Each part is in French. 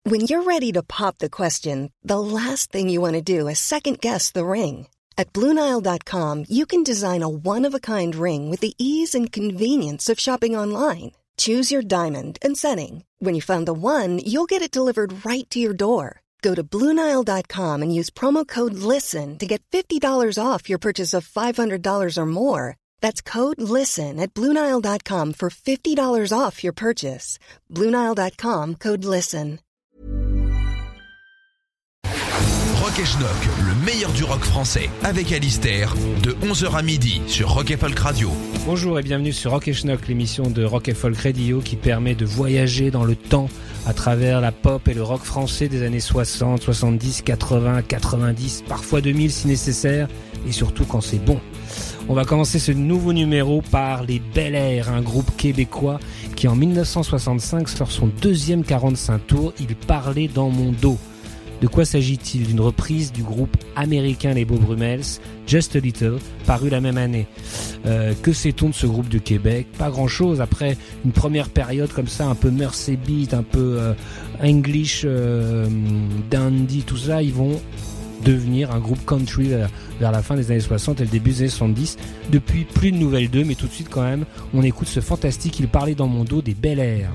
When you're ready to pop the question, the last thing you want to do is second-guess the ring. At BlueNile.com, you can design a one-of-a-kind ring with the ease and convenience of shopping online. Choose your diamond and setting. When you find the one, you'll get it delivered right to your door. Go to BlueNile.com and use promo code LISTEN to get $50 off your purchase of $500 or more. That's code LISTEN at BlueNile.com for $50 off your purchase. BlueNile.com, code LISTEN. Rock & Schnock, le meilleur du rock français, avec Alistair, de 11h à midi sur Rock & Folk Radio. Bonjour et bienvenue sur Rock & Schnock, l'émission de Rock & Folk Radio qui permet de voyager dans le temps à travers la pop et le rock français des années 60, 70, 80, 90, parfois 2000 si nécessaire, et surtout quand c'est bon. On va commencer ce nouveau numéro par les Bel Air, un groupe québécois qui en 1965 sort son deuxième 45 tours, Il parlait dans mon dos. De quoi s'agit-il? D'une reprise du groupe américain Les Beaux Brummels, Just a Little, paru la même année. Que sait-on de ce groupe de Québec? Pas grand-chose. Après une première période comme ça, un peu Mersey Beat, un peu English, dandy, tout ça, ils vont devenir un groupe country vers la fin des années 60 et le début des années 70. Depuis, plus de nouvelles d'eux, mais tout de suite quand même, on écoute ce fantastique Il parlait dans mon dos des Bel Air.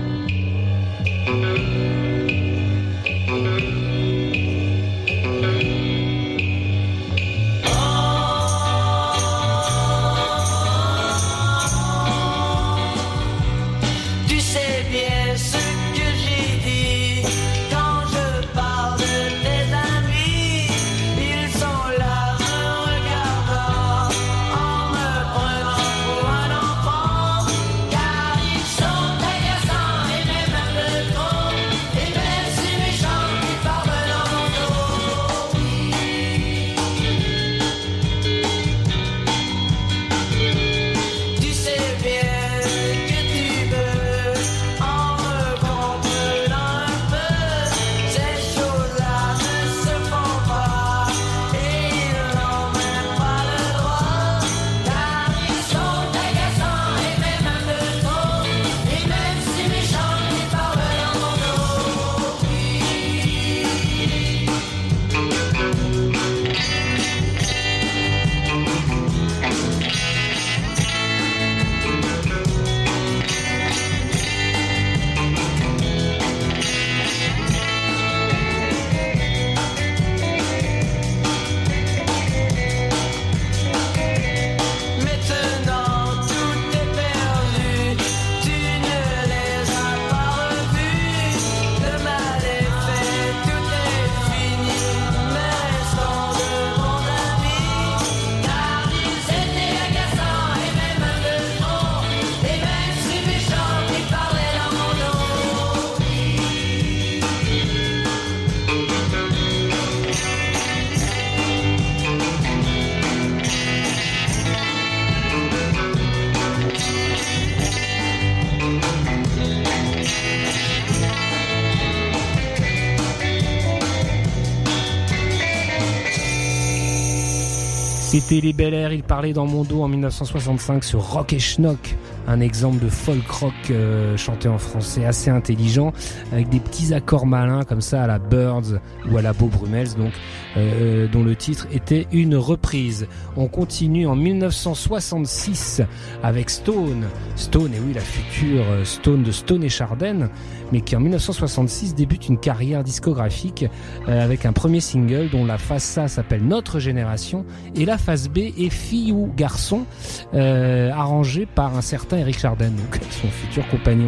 C'était les Bel Air, Il parlait dans mon dos en 1965 sur Rock & Schnock, un exemple de folk rock chanté en français assez intelligent, avec des petits accords malins comme ça à la Birds ou à la Beaux Brummels, donc dont le titre était une reprise. On continue en 1966 avec Stone, et oui la future Stone de Stone et Chardin, mais qui en 1966 débute une carrière discographique avec un premier single dont la face A s'appelle Notre Génération et la face B est Fille ou Garçon, arrangé par un certain Eric Chardin, donc son futur compagnon.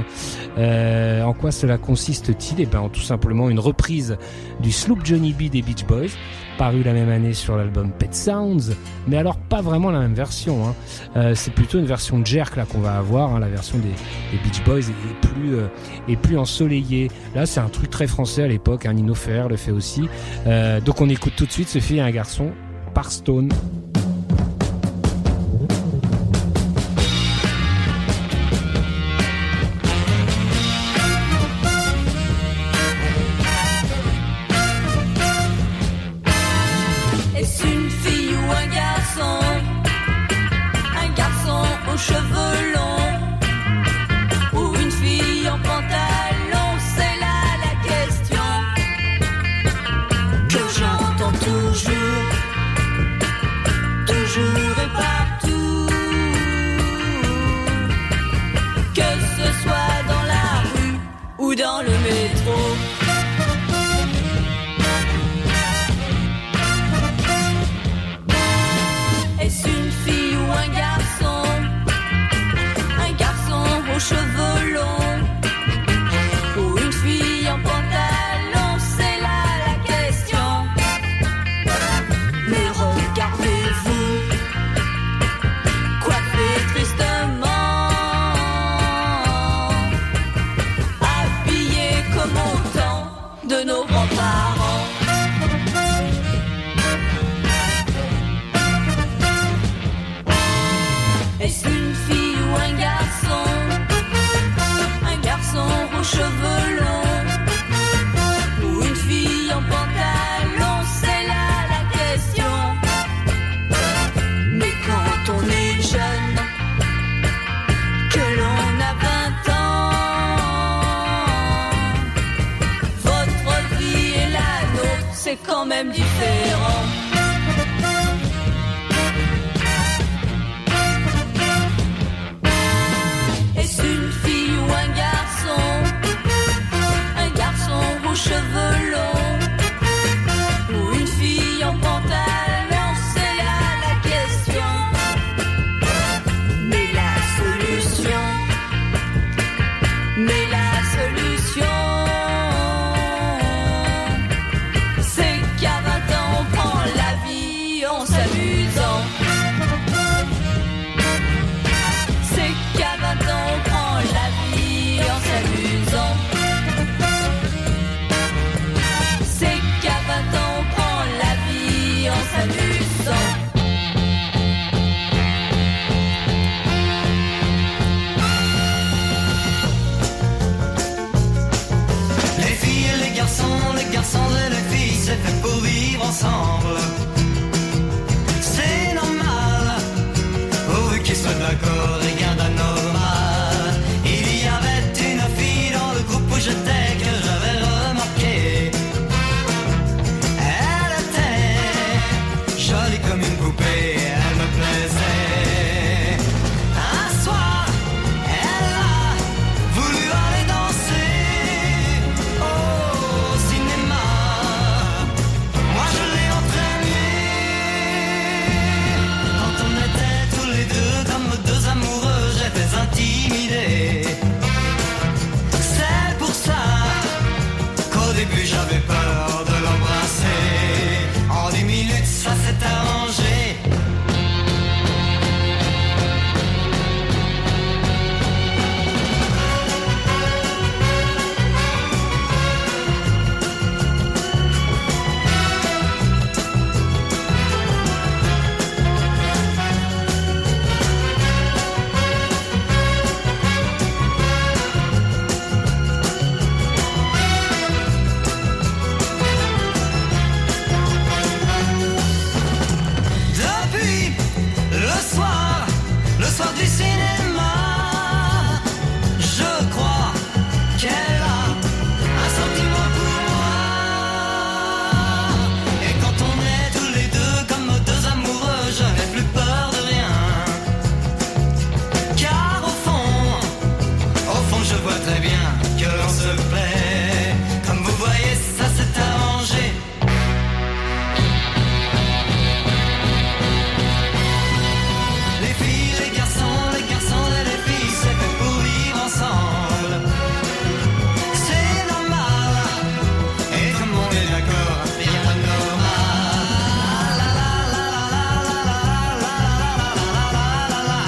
En quoi cela consiste-t-il? Eh ben, tout simplement une reprise du Sloop Johnny B des Beach Boys, paru la même année sur l'album Pet Sounds, mais alors pas vraiment la même version, hein. C'est plutôt une version jerk là qu'on va avoir, hein. La version des Beach Boys est plus ensoleillée. Là c'est un truc très français à l'époque, hein. Nino Ferrer le fait aussi. Donc on écoute tout de suite Ce Fille et un Garçon par Stone. Cheveux longs ou une fille en pantalon, c'est là la question. de nos grands-parents. Est-ce une fille ou un garçon? Un garçon aux cheveux longs ou une fille en pantalon? C'est là la question. Mais quand on est jeune, que l'on a 20 ans, votre vie et la nôtre, c'est quand même différent. Est-ce une fille ou un garçon? Un garçon aux cheveux longs ou une fille en pantalon? C'est là la question. Mais la solution, c'est qu'à 20 ans on prend la vie en s'amusant. C'est qu'à 20 ans on prend la vie en s'amusant. C'est qu'à 20 ans on prend la vie en s'amusant. Les garçons et les filles, c'est fait pour vivre ensemble. C'est normal, pourvu qu'ils soient d'accord, rien d'anormal. Il y avait une fille dans le groupe où j'étais que j'avais remarqué. Elle était jolie comme une poupée, elle me plaisait. Un soir, elle a voulu aller danser au cinéma. Moi je l'ai entraînée. Quand on était tous les deux comme deux amoureux, j'étais intimidé. C'est pour ça qu'au début j'avais peur de l'embrasser. En 10 minutes ça s'est arrangé. Depuis le soir du cinéma, je crois qu'elle a un sentiment pour moi. Et quand on est tous les deux comme deux amoureux, je n'ai plus peur de rien. Car au fond, je vois très bien que l'on se plaît. Comme vous voyez, ça s'est arrangé. Les filles, les garçons et les filles, c'est fait pour vivre ensemble. C'est normal, et tout le monde est d'accord, rien d'anormal. La la la la la la la la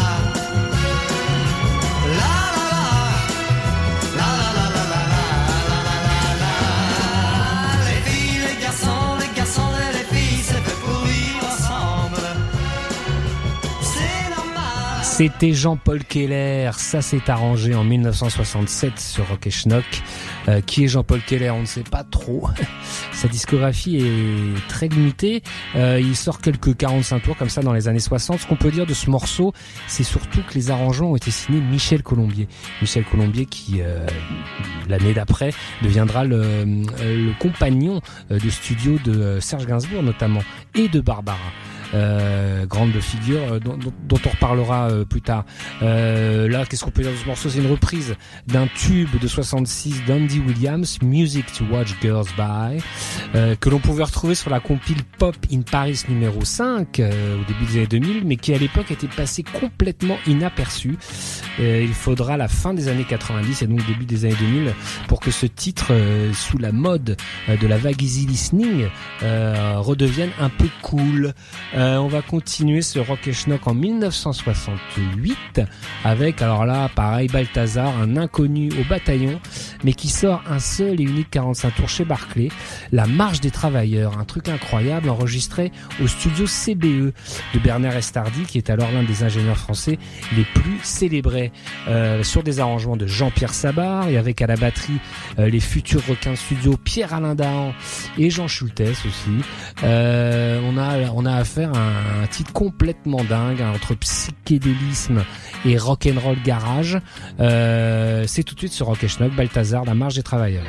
la. Les filles, les garçons et les filles, c'est fait pour vivre ensemble. C'est normal. C'était Jean-Paul Keller, ça s'est arrangé en 1967 sur Rock et Schnock. Qui est Jean-Paul Keller, on ne sait pas trop. Sa discographie est très limitée. Il sort quelques 45 tours comme ça dans les années 60. Ce qu'on peut dire de ce morceau, c'est surtout que les arrangements ont été signés Michel Colombier. Michel Colombier qui, l'année d'après, deviendra le compagnon de studio de Serge Gainsbourg notamment, et de Barbara. Grande figure dont on reparlera plus tard. Là, qu'est-ce qu'on peut dire de ce morceau? C'est une reprise d'un tube de 66 d'Andy Williams, Music to Watch Girls By, que l'on pouvait retrouver sur la compile Pop in Paris numéro 5 au début des années 2000, mais qui à l'époque était passé complètement inaperçu. Il faudra la fin des années 90 et donc début des années 2000 pour que ce titre, sous la mode de la vague easy listening, redevienne un peu cool. On va continuer ce Rock et Schnock en 1968 avec, alors là, pareil, Balthazar, un inconnu au bataillon, mais qui sort un seul et unique 45 tours chez Barclay, La Marche des Travailleurs, un truc incroyable enregistré au studio CBE de Bernard Estardi, qui est alors l'un des ingénieurs français les plus célébrés, sur des arrangements de Jean-Pierre Sabar, et avec à la batterie les futurs requins de studio Pierre-Alain Dahan et Jean Schultes aussi. On a affaire à un titre complètement dingue, hein, entre psychédélisme et rock'n'roll garage. C'est tout de suite sur Rock et Schnock, Balthazar, La Marche des Travailleurs.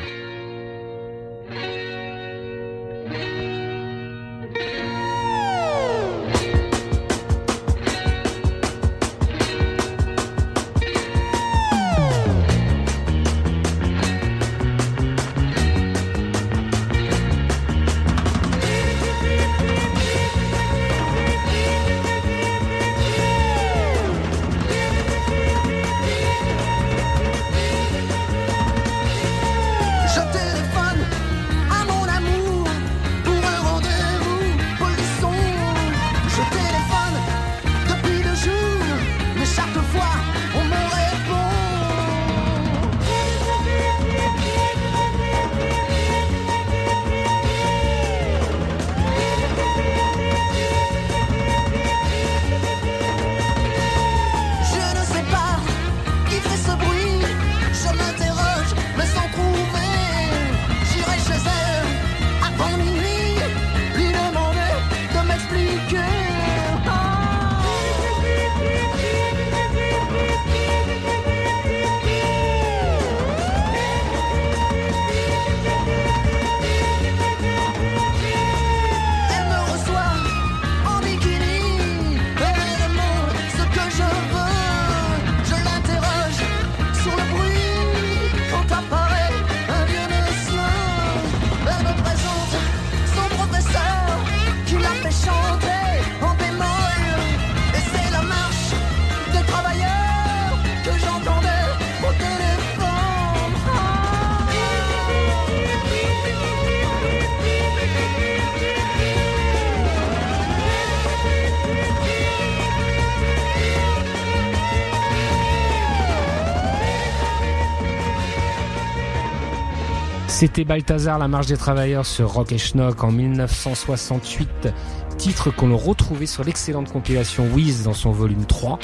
C'était Balthazar, La Marche des Travailleurs sur Rock et Schnock en 1968, titre qu'on retrouvait sur l'excellente compilation Wiz dans son volume 3.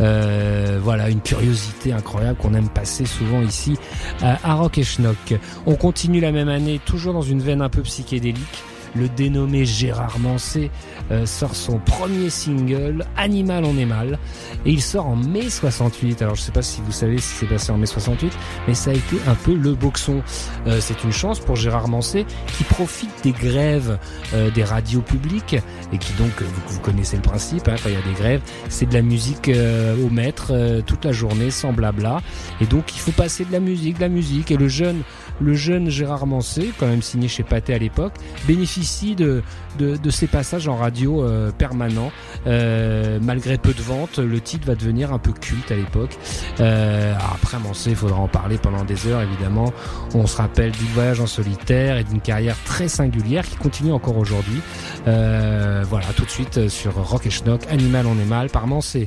Voilà, une curiosité incroyable qu'on aime passer souvent ici à Rock et Schnock. On continue la même année, toujours dans une veine un peu psychédélique. Le dénommé Gérard Manset sort son premier single, Animal on est mal, et il sort en mai 68. Alors je sais pas si vous savez si c'est passé en mai 68, mais ça a été un peu le boxon. C'est une chance pour Gérard Manset qui profite des grèves des radios publiques, et qui donc, vous connaissez le principe, hein, quand il y a des grèves, c'est de la musique au mètre toute la journée sans blabla, et donc il faut passer de la musique, et le jeune Gérard Manset, quand même signé chez Pathé à l'époque, bénéficie de ces passages en radio permanents. Malgré peu de ventes, le titre va devenir un peu culte à l'époque. Après Manset, il faudra en parler pendant des heures évidemment. On se rappelle du voyage en solitaire et d'une carrière très singulière qui continue encore aujourd'hui. Voilà, tout de suite sur Rock et Schnock, Animal on est mal par Manset.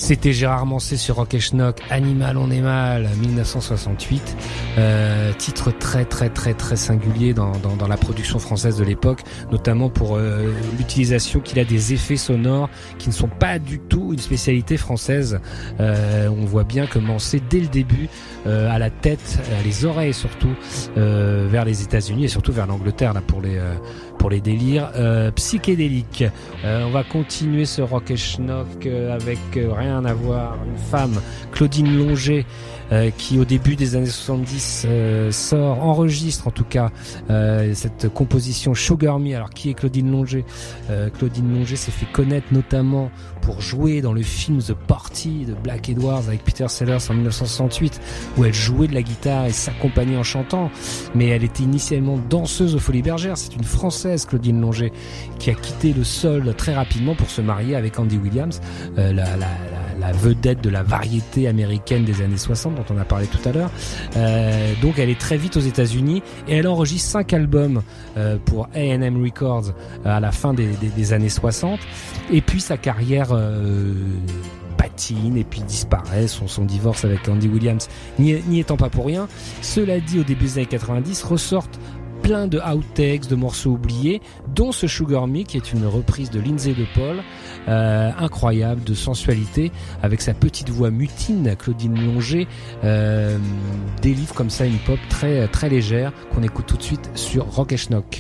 C'était Gérard Manset sur Rock et Schnock, Animal on est mal, 1968. Titre très très très très singulier dans la production française de l'époque, notamment pour l'utilisation qu'il a des effets sonores qui ne sont pas du tout une spécialité française. On voit bien que Manset, dès le début, à la tête, à les oreilles surtout, vers les États-Unis et surtout vers l'Angleterre là pour les délires psychédéliques. On va continuer ce Rock et Schnock avec rien à voir, une femme, Claudine Longet, qui au début des années 70 enregistre en tout cas cette composition Sugar Me. Alors qui est Claudine Longet? Claudine Longet s'est fait connaître notamment pour jouer dans le film The Party de Black Edwards avec Peter Sellers en 1968, où elle jouait de la guitare et s'accompagnait en chantant, mais elle était initialement danseuse aux Folies Bergères. C'est une Française, Claudine Longet, qui a quitté le sol très rapidement pour se marier avec Andy Williams, la vedette de la variété américaine des années 60 dont on a parlé tout à l'heure. Donc elle est très vite aux États-Unis et elle enregistre 5 albums pour A&M Records à la fin des années 60, et puis sa carrière patine et puis disparaît, son divorce avec Andy Williams n'y étant pas pour rien. Cela dit, au début des années 90 ressortent plein de outtakes, de morceaux oubliés, dont ce Sugar Me, qui est une reprise de Lindsay de Paul, incroyable, de sensualité, avec sa petite voix mutine. Claudine Longet délivre comme ça une pop très, très légère, qu'on écoute tout de suite sur Rock et Schnock.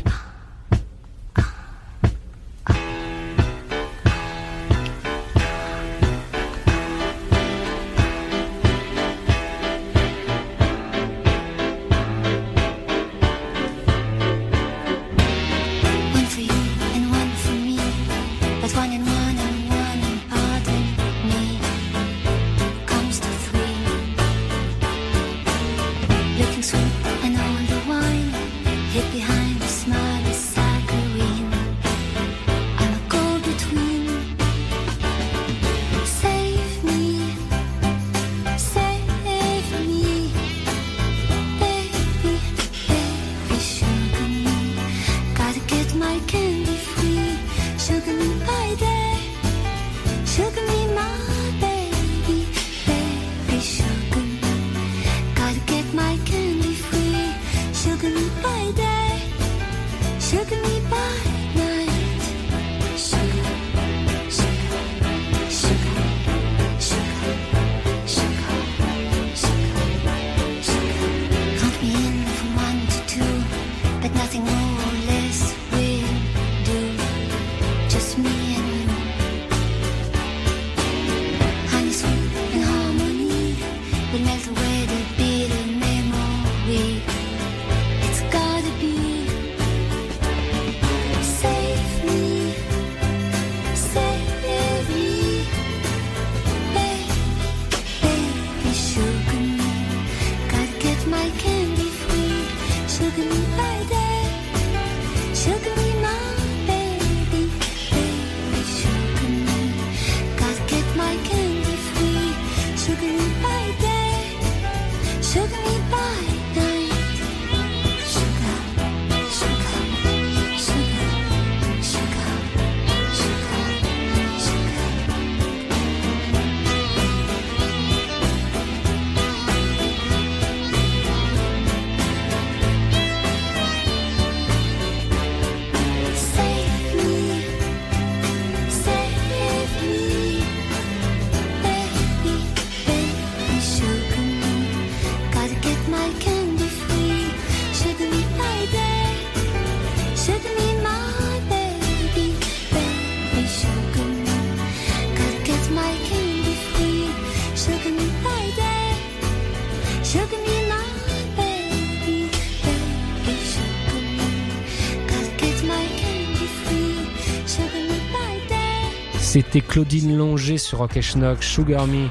C'était Claudine Longet sur Rock et Schnock, Sugar Me.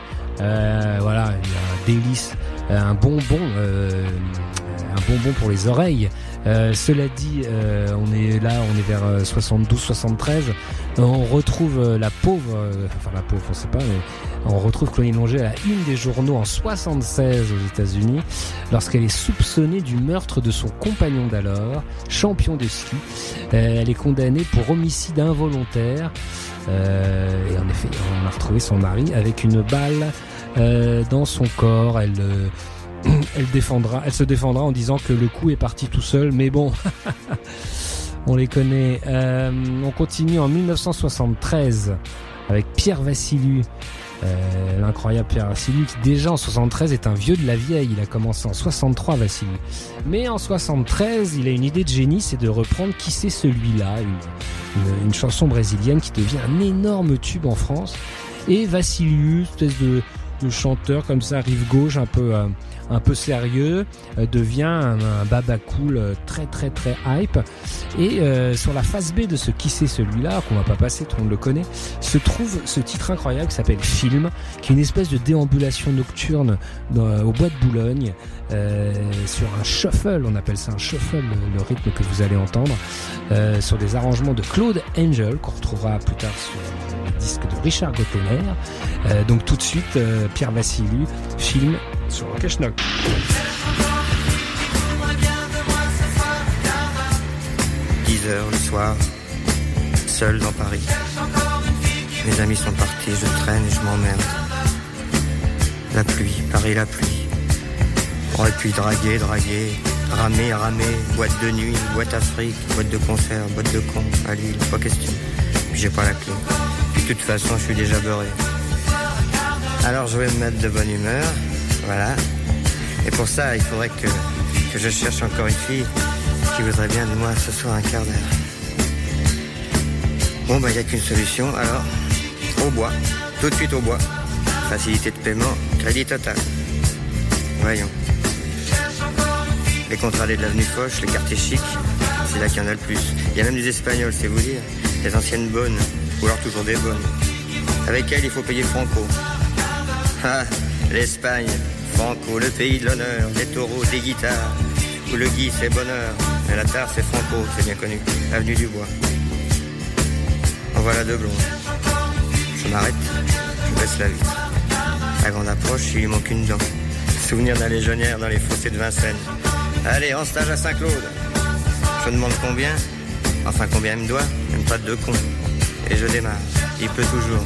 Voilà, un délice, un bonbon pour les oreilles. Cela dit, on est vers 72-73. On retrouve la pauvre, on sait pas, mais on retrouve Claudine Longet à la une des journaux en 76 aux États-Unis, lorsqu'elle est soupçonnée du meurtre de son compagnon d'alors, champion de ski. Elle est condamnée pour homicide involontaire. Et en effet, on a retrouvé son mari avec une balle dans son corps. Elle se défendra en disant que le coup est parti tout seul, mais bon, on les connaît. On continue en 1973 avec Pierre Vassiliou. L'incroyable Pierre Vassiliou qui déjà en 73 est un vieux de la vieille. Il a commencé en 63 Vassiliou, mais en 73 il a une idée de génie, c'est de reprendre Qui c'est celui-là, une chanson brésilienne qui devient un énorme tube en France. Et Vassiliou, espèce de chanteur comme ça, rive gauche, un peu sérieux, devient un baba cool très très très hype. Et sur la face B de ce Qui c'est celui-là, qu'on va pas passer, tout le monde le connaît, se trouve ce titre incroyable qui s'appelle Film, qui est une espèce de déambulation nocturne au bois de Boulogne, sur un shuffle, on appelle ça un shuffle, le rythme que vous allez entendre, sur des arrangements de Claude Angel, qu'on retrouvera plus tard sur le disque de Richard Gottener. Donc tout de suite, Pierre Vassiliou, Film, sur Rock & Schnock. 10h le soir, seul dans Paris. Mes amis sont partis, je traîne et je m'emmerde. La pluie, Paris la pluie. Aurait pu draguer, ramer, boîte de nuit, boîte Afrique, boîte de concert, boîte de con, à Lille, pas question. Puis j'ai pas la clé. Puis de toute façon, je suis déjà beurré. Alors je vais me mettre de bonne humeur, voilà. Et pour ça, il faudrait que je cherche encore une fille qui voudrait bien de moi ce soir un quart d'heure. Bon, bah, il n'y a qu'une solution, alors, au bois, tout de suite au bois. Facilité de paiement, crédit total. Voyons. Les contradés de l'avenue Foch, les quartiers chics, c'est là qu'il y en a le plus. Il y a même des Espagnols, c'est vous dire. Des anciennes bonnes, ou alors toujours des bonnes. Avec elles, il faut payer Franco. Ah, l'Espagne, Franco, le pays de l'honneur, des taureaux, des guitares, où le gui c'est bonheur, et la tare c'est Franco, c'est bien connu, avenue du Bois. En voilà deux blondes. Je m'arrête, je baisse la vitre. À grande approche, il lui manque une dent. Souvenir d'un légionnaire dans les fossés de Vincennes. Allez, en stage à Saint-Claude. Je demande combien, enfin combien il me doit, même pas de deux cons. Et je démarre, il pleut toujours.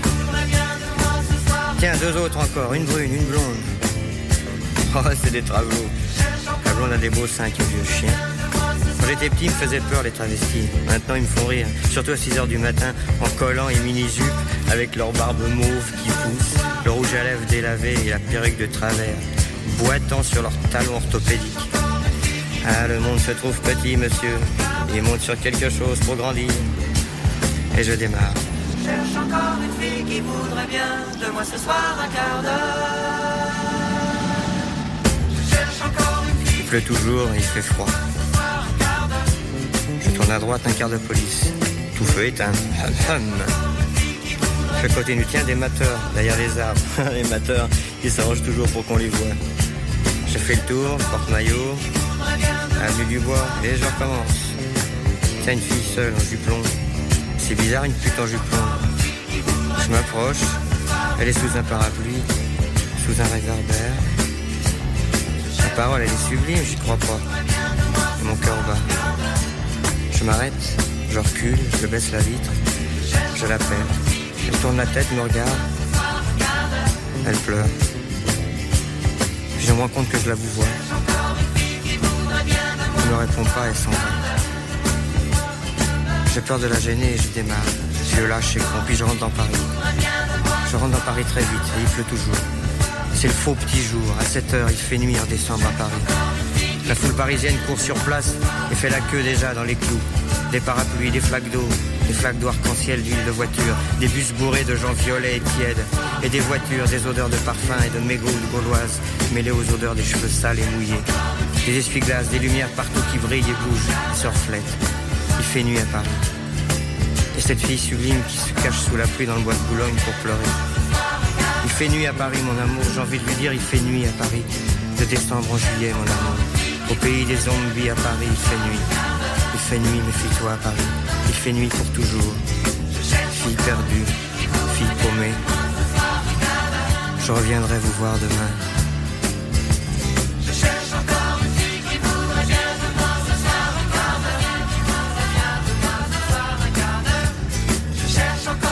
Tiens, deux autres encore, une brune, une blonde. Oh, c'est des travaux. La blonde a des beaux seins qui vieux chien. Quand j'étais petit, il me faisait peur les travestis. Maintenant, ils me font rire. Surtout à 6h du matin, en collant et mini-jupe, avec leur barbe mauve qui pousse, le rouge à lèvres délavé et la perruque de travers, boitant sur leurs talons orthopédiques. Ah, le monde se trouve petit, monsieur. Il monte sur quelque chose pour grandir. Et je démarre. Je cherche encore une fille qui voudrait bien de moi ce soir un quart d'heure. Je cherche encore une fille. Il pleut toujours et il fait froid. Je tourne à droite, un quart de police. Tout feu éteint. Je continue, tiens, des mateurs derrière les arbres. Les mateurs, ils s'arrangent toujours pour qu'on les voit. Je fais le tour, porte-maillot, avenue du Bois, et je recommence. Tiens, une fille seule en jupon. C'est bizarre, une pute en jupon. Je m'approche, elle est sous un parapluie, sous un réverbère. Sa parole, elle est sublime, j'y crois pas. Et mon cœur bat. Je m'arrête, je recule, je baisse la vitre, je l'appelle. Elle tourne la tête, me regarde. Elle pleure. Puis je me rends compte que je la vous vois. Elle ne répond pas, elle s'en va. J'ai peur de la gêner et je démarre. Je lâche et con, puis je rentre dans Paris. Je rentre dans Paris très vite et il pleut toujours. C'est le faux petit jour. À 7h, il fait nuit en décembre à Paris. La foule parisienne court sur place et fait la queue déjà dans les clous. Des parapluies, des flaques d'eau, des flaques d'eau arc-en-ciel d'huile de voiture, des bus bourrés de gens violets et tièdes, et des voitures, des odeurs de parfum et de mégots de gauloises, mêlées aux odeurs des cheveux sales et mouillés. Des essuie-glaces, des lumières partout qui brillent et bougent, se reflètent. Il fait nuit à Paris. Et cette fille sublime qui se cache sous la pluie dans le bois de Boulogne pour pleurer. Il fait nuit à Paris, mon amour, j'ai envie de lui dire, il fait nuit à Paris. De décembre en juillet, mon amour. Au pays des zombies à Paris, il fait nuit. Il fait nuit, méfie-toi à Paris. Il fait nuit pour toujours. Fille perdue, fille paumée. Je reviendrai vous voir demain. Je cherche encore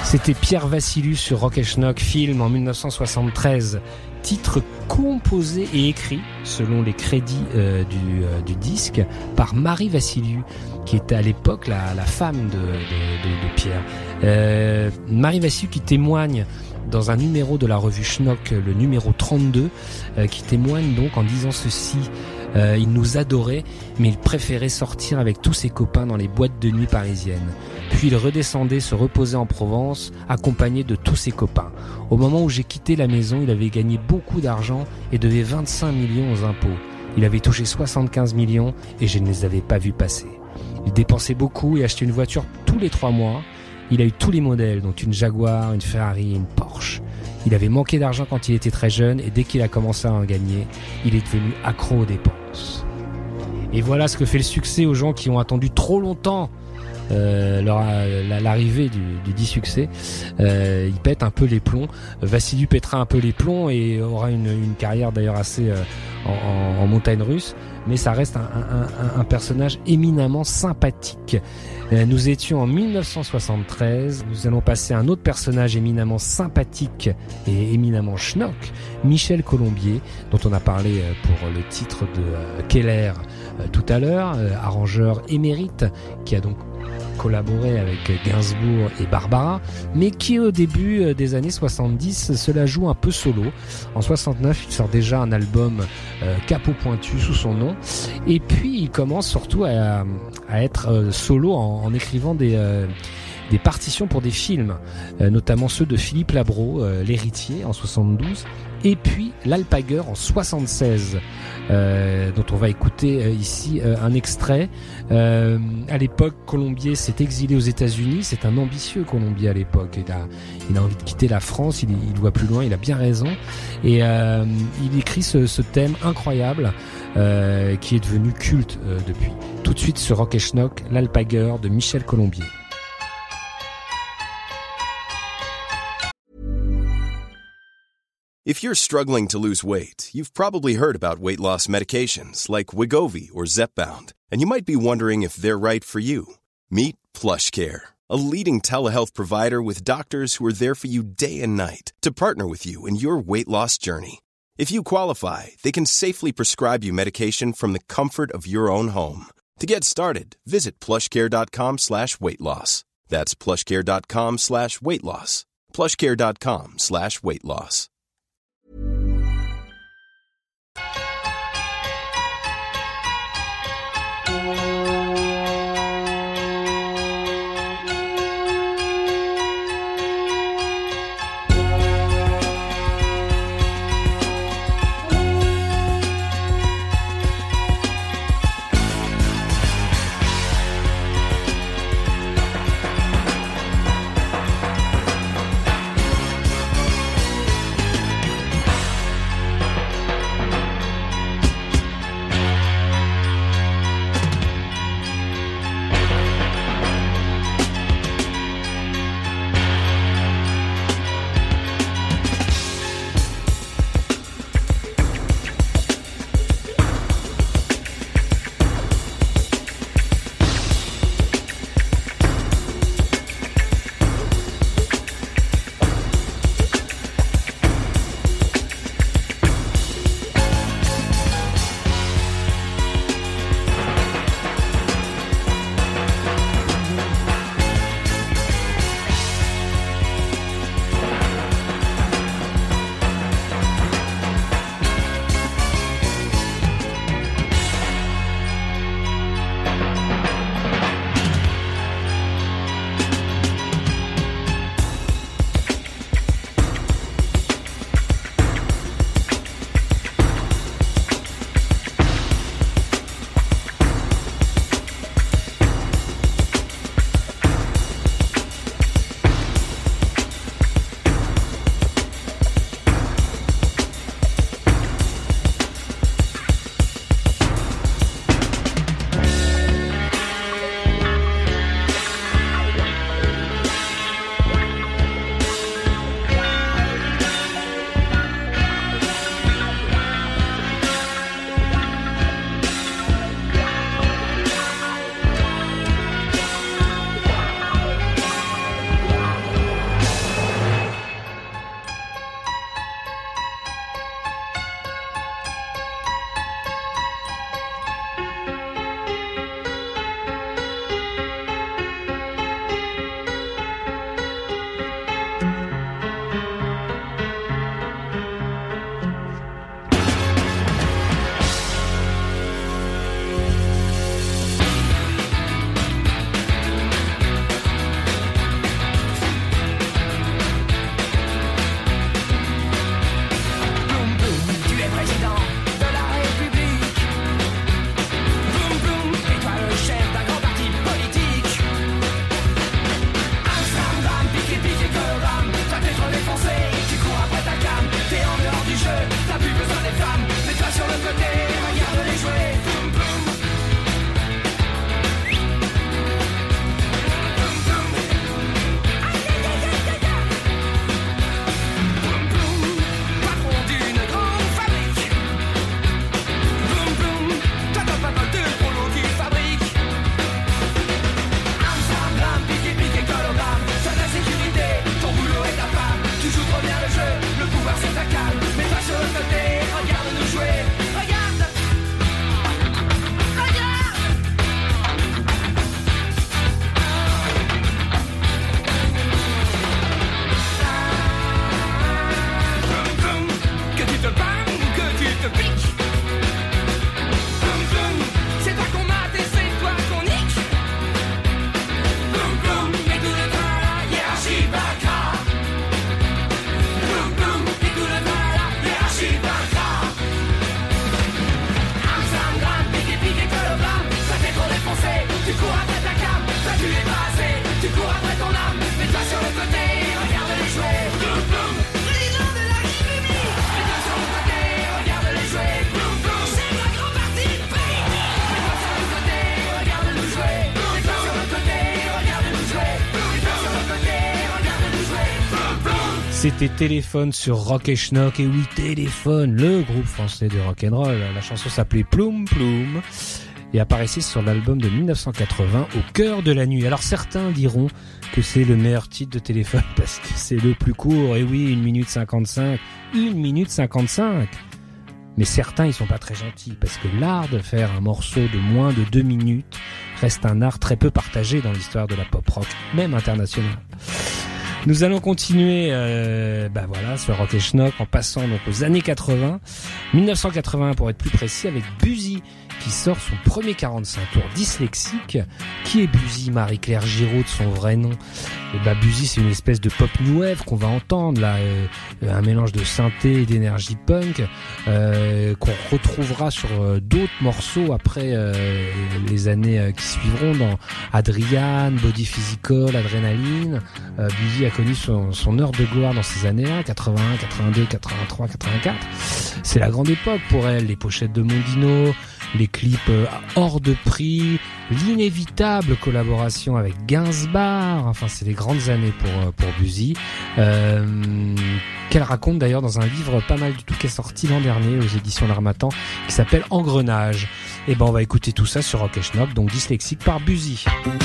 C'était Pierre Vassiliou sur Rock et Schnock, film en 1973. Titre composé et écrit, selon les crédits du disque, par Marie Vassiliou, qui était à l'époque la femme de Pierre. Marie Vassiliou qui témoigne dans un numéro de la revue Schnock, le numéro 32, qui témoigne donc en disant ceci. Il nous adorait, mais il préférait sortir avec tous ses copains dans les boîtes de nuit parisiennes. Puis il redescendait se reposer en Provence, accompagné de tous ses copains. Au moment où j'ai quitté la maison, il avait gagné beaucoup d'argent et devait 25 millions aux impôts. Il avait touché 75 millions et je ne les avais pas vus passer. Il dépensait beaucoup et achetait une voiture tous les 3 mois. Il a eu tous les modèles, dont une Jaguar, une Ferrari et une Porsche. Il avait manqué d'argent quand il était très jeune et dès qu'il a commencé à en gagner, il est devenu accro aux dépenses. Et voilà ce que fait le succès aux gens qui ont attendu trop longtemps l'arrivée du dit succès. Il pète un peu les plombs. Vassiliou pètera un peu les plombs et aura une carrière d'ailleurs assez en montagne russe, mais ça reste un personnage éminemment sympathique. Nous étions en 1973, nous allons passer à un autre personnage éminemment sympathique et éminemment schnock, Michel Colombier, dont on a parlé pour le titre de Keller tout à l'heure, arrangeur émérite, qui a donc collaboré avec Gainsbourg et Barbara, mais qui au début des années 70 se la joue un peu solo. En 69, il sort déjà un album Capot Pointu sous son nom, et puis il commence surtout à être solo en écrivant des partitions pour des films, notamment ceux de Philippe Labro, L'Héritier en 72, et puis L'Alpaguer en 76, dont on va écouter ici un extrait. À l'époque, Colombier s'est exilé aux États-Unis. C'est un ambitieux Colombier à l'époque. Il a envie de quitter la France. Il voit plus loin. Il a bien raison. Et il écrit ce thème incroyable qui est devenu culte depuis. Tout de suite sur Rock et Schnock, L'Alpaguer de Michel Colombier. If you're struggling to lose weight, you've probably heard about weight loss medications like Wegovy or Zepbound, and you might be wondering if they're right for you. Meet PlushCare, a leading telehealth provider with doctors who are there for you day and night to partner with you in your weight loss journey. If you qualify, they can safely prescribe you medication from the comfort of your own home. To get started, visit plushcare.com/weightloss. That's plushcare.com/weightloss. plushcare.com/weightloss. C'était Téléphone sur Rock et Schnock. Et oui, Téléphone, le groupe français de rock'n'roll. La chanson s'appelait Ploum Ploum et apparaissait sur l'album de 1980 Au cœur de la nuit. Alors certains diront que c'est le meilleur titre de Téléphone parce que c'est le plus court. Et oui, 1 minute 55. 1 minute 55. Mais certains, ils sont pas très gentils parce que l'art de faire un morceau de moins de 2 minutes reste un art très peu partagé dans l'histoire de la pop rock, même internationale. Nous allons continuer sur Rock et Schnock en passant donc aux années 80, 1980 pour être plus précis, avec Buzy qui sort son premier 45 tours dyslexique. Qui est Buzy? Marie-Claire Giraud de son vrai nom. Et Buzy, c'est une espèce de pop new wave qu'on va entendre là, un mélange de synthé et d'énergie punk qu'on retrouvera sur d'autres morceaux après les années qui suivront dans Adrian, Body Physical, Adrenaline. Buzy a connu son heure de gloire dans ces années-là, 81, 82, 83, 84. C'est la grande époque pour elle, les pochettes de Mondino, les clips hors de prix, l'inévitable collaboration avec Gainsbourg. Enfin, c'est les grandes années pour Buzy, qu'elle raconte d'ailleurs dans un livre pas mal du tout qui est sorti l'an dernier aux éditions L'Harmattan, qui s'appelle Engrenage. Et on va écouter tout ça sur Rock et Schnock, donc Dyslexique par Buzy.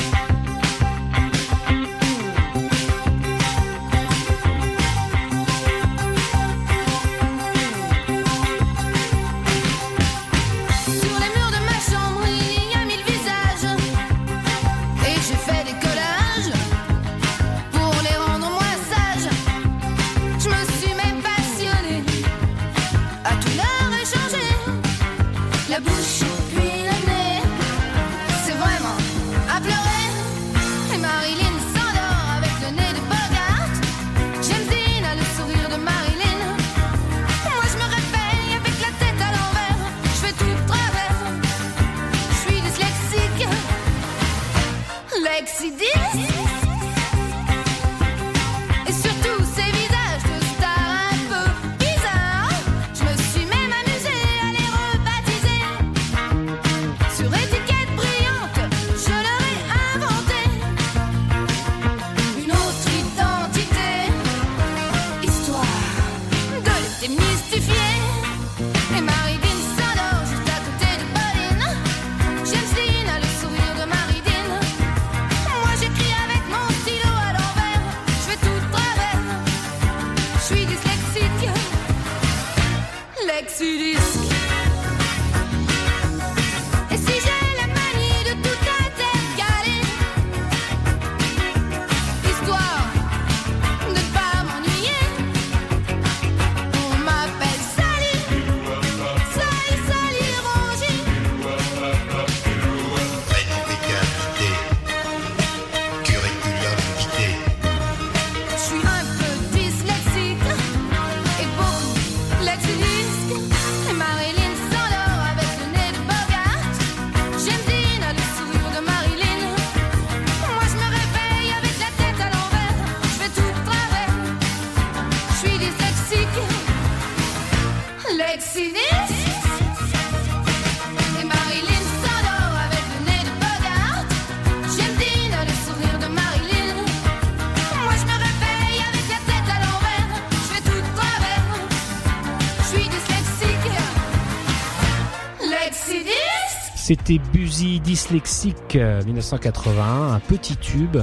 C'était Buzy, Dyslexique, 1981, un petit tube,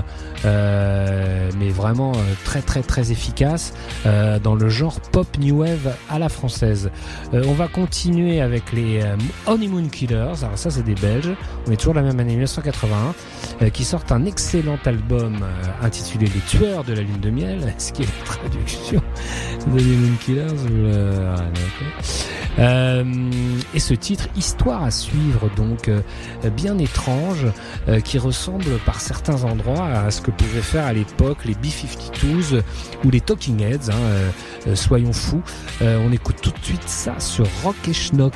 mais vraiment très très très efficace dans le genre pop new wave à la française. On va continuer avec les Honeymoon Killers. Alors ça, c'est des Belges. On est toujours la même année, 1981, qui sortent un excellent album intitulé Les Tueurs de la Lune de Miel, ce qui est la traduction de Honeymoon Killers. Et ce titre, Histoire à suivre, donc bien étrange, qui ressemble par certains endroits à ce que pouvaient faire à l'époque les B-52s ou les Talking Heads, soyons fous. On écoute tout de suite ça sur Rock et Schnock.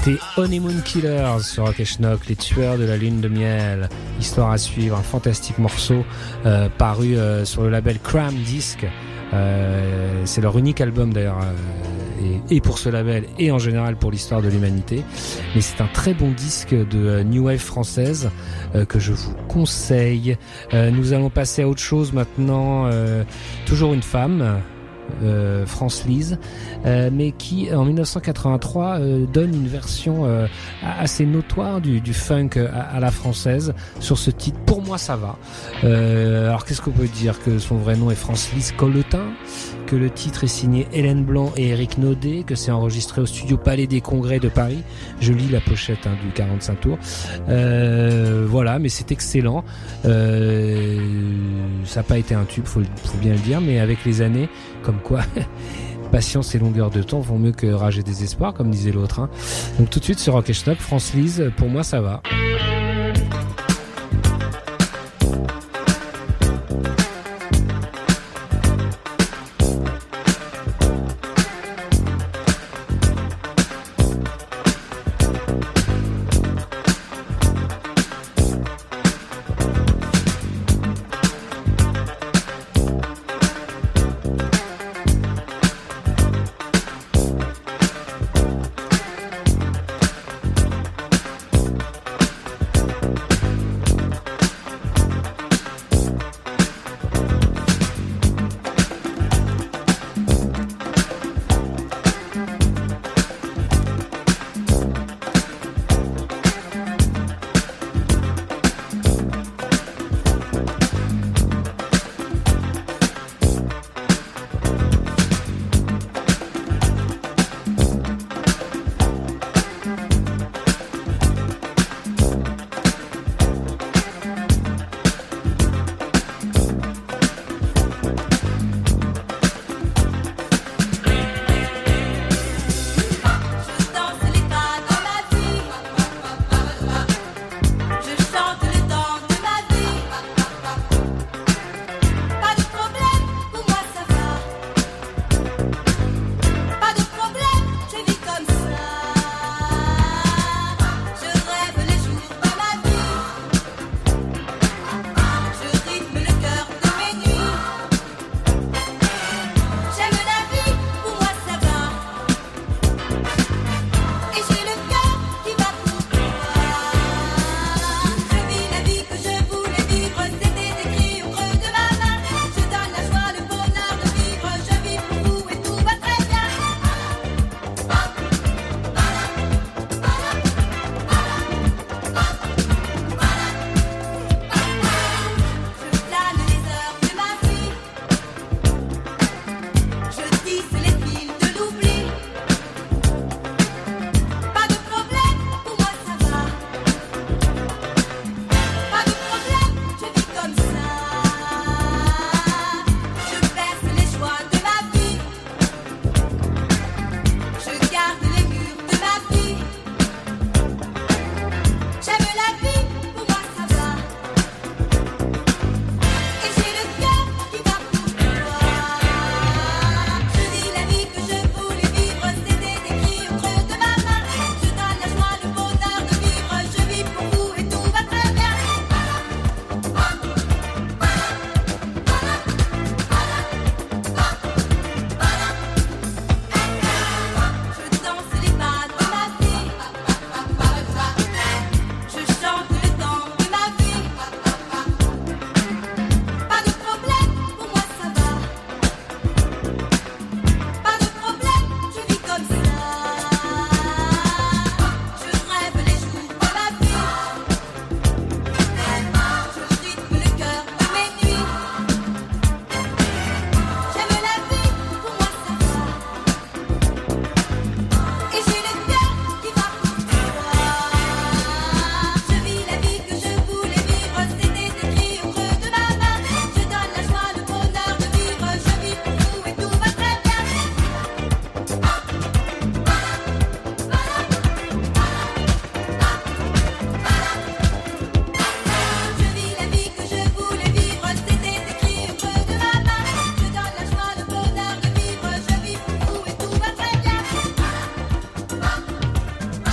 C'était Honeymoon Killers sur Rock et Schnock, les tueurs de la lune de miel. Histoire à suivre, un fantastique morceau paru sur le label Cram Disc. C'est leur unique album d'ailleurs, et pour ce label et en général pour l'histoire de l'humanité. Mais c'est un très bon disque de New Wave française que je vous conseille. Nous allons passer à autre chose maintenant. Toujours une femme. France Lise, mais qui en 1983 donne une version assez notoire du funk à la française sur ce titre. Pour moi ça va. Alors qu'est-ce qu'on peut dire? Que son vrai nom est France Lise Colletin, que le titre est signé Hélène Blanc et Eric Naudet, que c'est enregistré au studio Palais des Congrès de Paris. Je lis la pochette du 45 tours. Voilà, mais c'est excellent. Ça n'a pas été un tube, faut bien le dire, mais avec les années, comme quoi patience et longueur de temps vont mieux que rage et désespoir, comme disait l'autre, hein. Donc tout de suite sur Rock et Schnock, France Lise, pour moi ça va.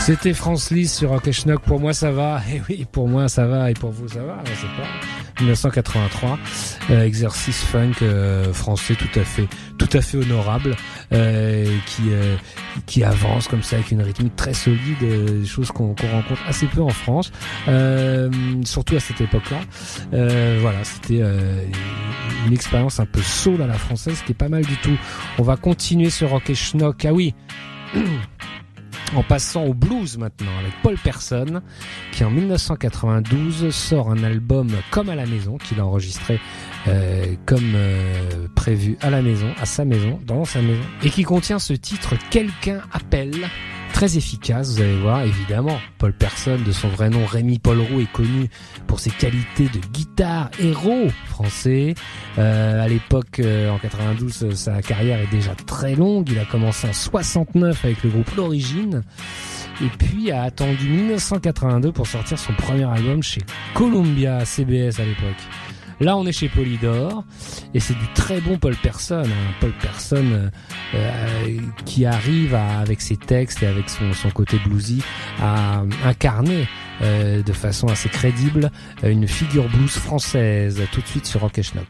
C'était France Lys sur Rock et Schnock. Pour moi ça va, et oui, pour moi ça va, et pour vous ça va, on sait pas. 1983, exercice funk français tout à fait honorable, qui avance comme ça avec une rythmique très solide, des choses qu'on rencontre assez peu en France, surtout à cette époque-là. Voilà, c'était une expérience un peu soul à la française, qui est pas mal du tout. On va continuer sur Rock et Schnock. Ah oui. En passant au blues maintenant, avec Paul Persson, qui en 1992 sort un album comme à la maison, qu'il a enregistré comme prévu à la maison, à sa maison, dans sa maison, et qui contient ce titre « Quelqu'un appelle ». Très efficace, vous allez voir, évidemment. Paul Persson, de son vrai nom Rémi Paul Roux, est connu pour ses qualités de guitare héros français. À l'époque, en 92, sa carrière est déjà très longue. Il a commencé en 69 avec le groupe L'Origine. Et puis a attendu 1982 pour sortir son premier album chez Columbia, CBS à l'époque. Là, on est chez Polydor, et c'est du très bon Paul Persson, Paul Persson qui arrive avec ses textes et avec son côté bluesy à incarner de façon assez crédible une figure blues française. Tout de suite sur Rock et Schnock.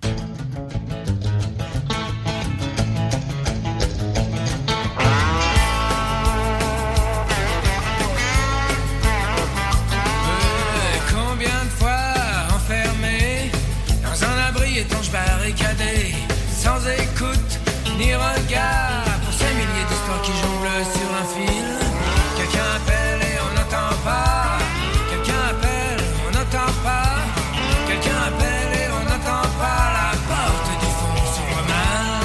Barricadé, sans écoute ni regard, pour ces milliers d'histoires qui jonglent sur un fil. Quelqu'un appelle et on n'entend pas. Quelqu'un appelle, on n'entend pas. Quelqu'un appelle et on n'entend pas. La porte du fond s'ouvre mal.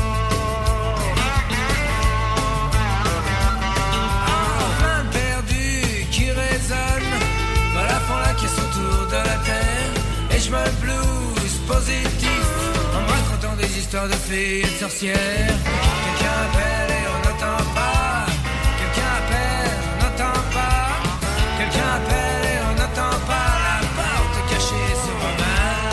En plein perdu qui résonne, voilà font la caisse autour de la terre. Et je me blues positif en me racontant des histoires de fées et de sorcières. Quelqu'un appelle et on n'entend pas. Quelqu'un appelle, on n'entend pas. Quelqu'un appelle et on n'entend pas. La porte cachée s'ouvre mal.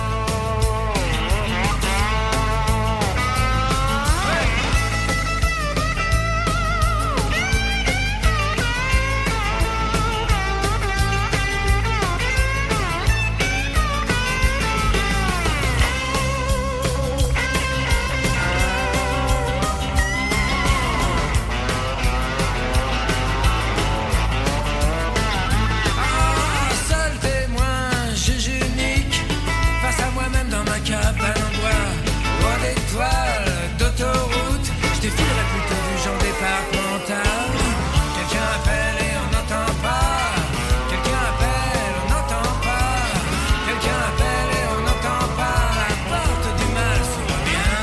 D'autoroute, je défilerai plutôt du genre départemental. Quelqu'un appelle et on n'entend pas. Quelqu'un appelle, on n'entend pas. Quelqu'un appelle et on n'entend pas. La porte du mal s'ouvre bien.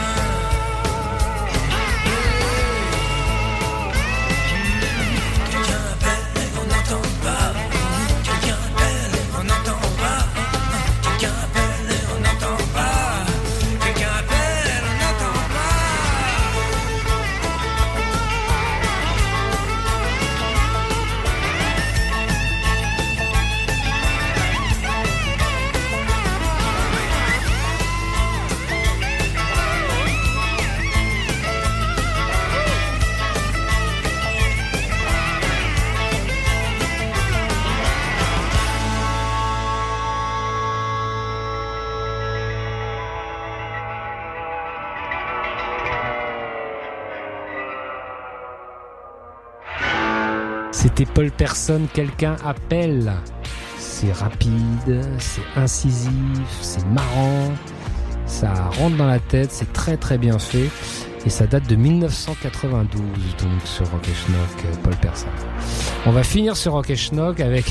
Quelqu'un appelle et on n'entend pas. Quelqu'un appelle et on n'entend pas. Quelqu'un appelle et on n'entend pas. Quelqu'un appelle. C'était Paul Persson, Quelqu'un appelle. C'est rapide, c'est incisif, c'est marrant, ça rentre dans la tête, c'est très très bien fait. Et ça date de 1992, donc sur Rock et Schnock, Paul Persson. On va finir sur Rock et Schnock avec,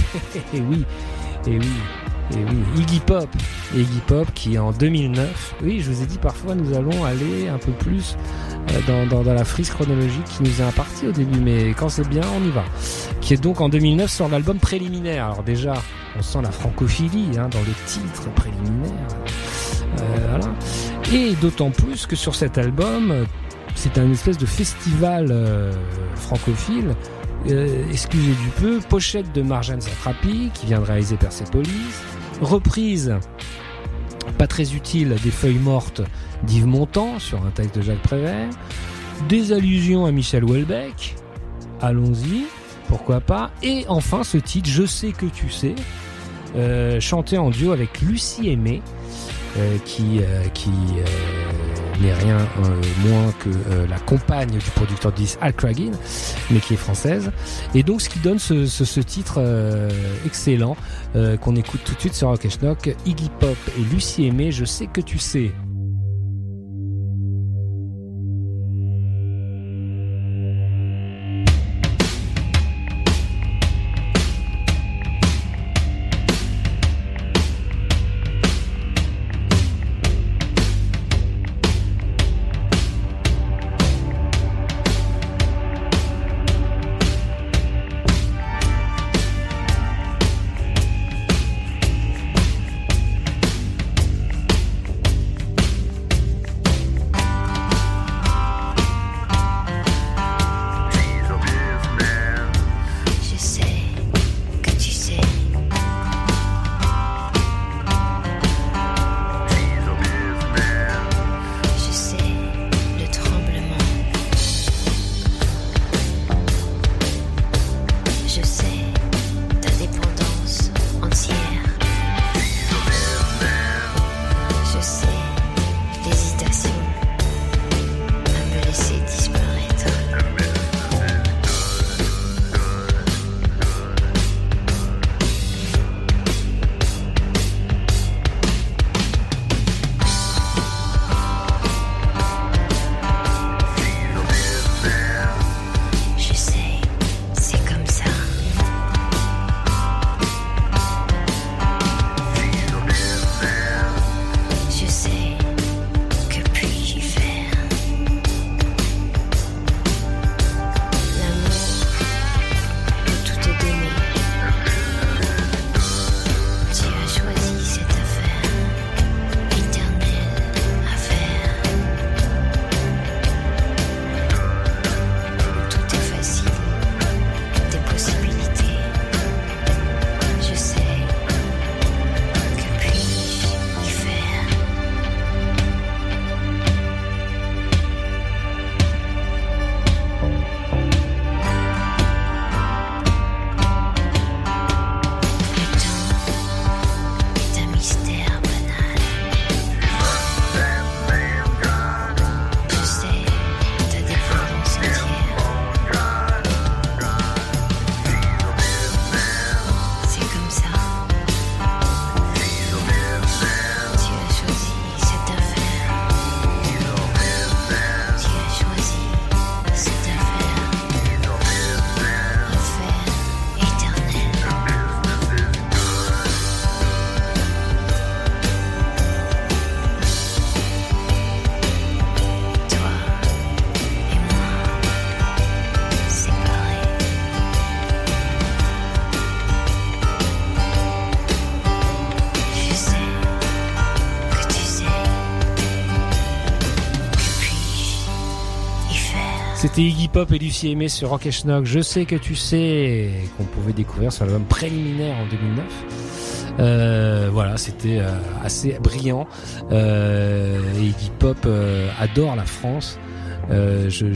Iggy Pop. Iggy Pop qui en 2009, oui, je vous ai dit parfois nous allons aller un peu plus dans la frise chronologique qui nous est impartie au début, mais quand c'est bien, on y va. Qui est donc en 2009 sur l'album Préliminaire. Alors déjà, on sent la francophilie dans le titre Préliminaire. Voilà. Et d'autant plus que sur cet album, c'est un espèce de festival francophile. Excusez du peu, pochette de Marjane Satrapi qui vient de réaliser Persepolis, reprise pas très utile des Feuilles mortes d'Yves Montand sur un texte de Jacques Prévert, des allusions à Michel Houellebecq, allons-y, pourquoi pas. Et enfin ce titre, Je sais que tu sais, chanté en duo avec Lucie Aimé, qui n'est rien moins que la compagne du producteur de disques Al Cragen, mais qui est française. Et donc ce qui donne ce titre excellent qu'on écoute tout de suite sur Rock & Schnock, Iggy Pop et Lucie Aimé, Je sais que tu sais. C'était Iggy Pop et Lucie Aimé sur Rock & Schnock. Je sais que tu sais, qu'on pouvait découvrir sur l'album Préliminaire en 2009. Voilà, c'était assez brillant. Iggy Pop adore la France. Je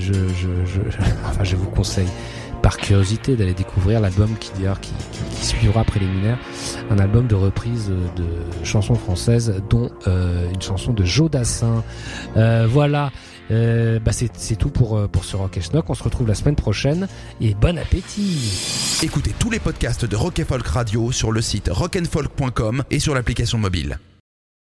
vous conseille par curiosité d'aller découvrir l'album qui suivra Préliminaire, un album de reprise de chansons françaises, dont une chanson de Joe Dassin. Voilà. C'est tout pour ce Rock & Schnock. On se retrouve la semaine prochaine et bon appétit. Écoutez tous les podcasts de Rock & Folk Radio sur le site rockandfolk.com et sur l'application mobile.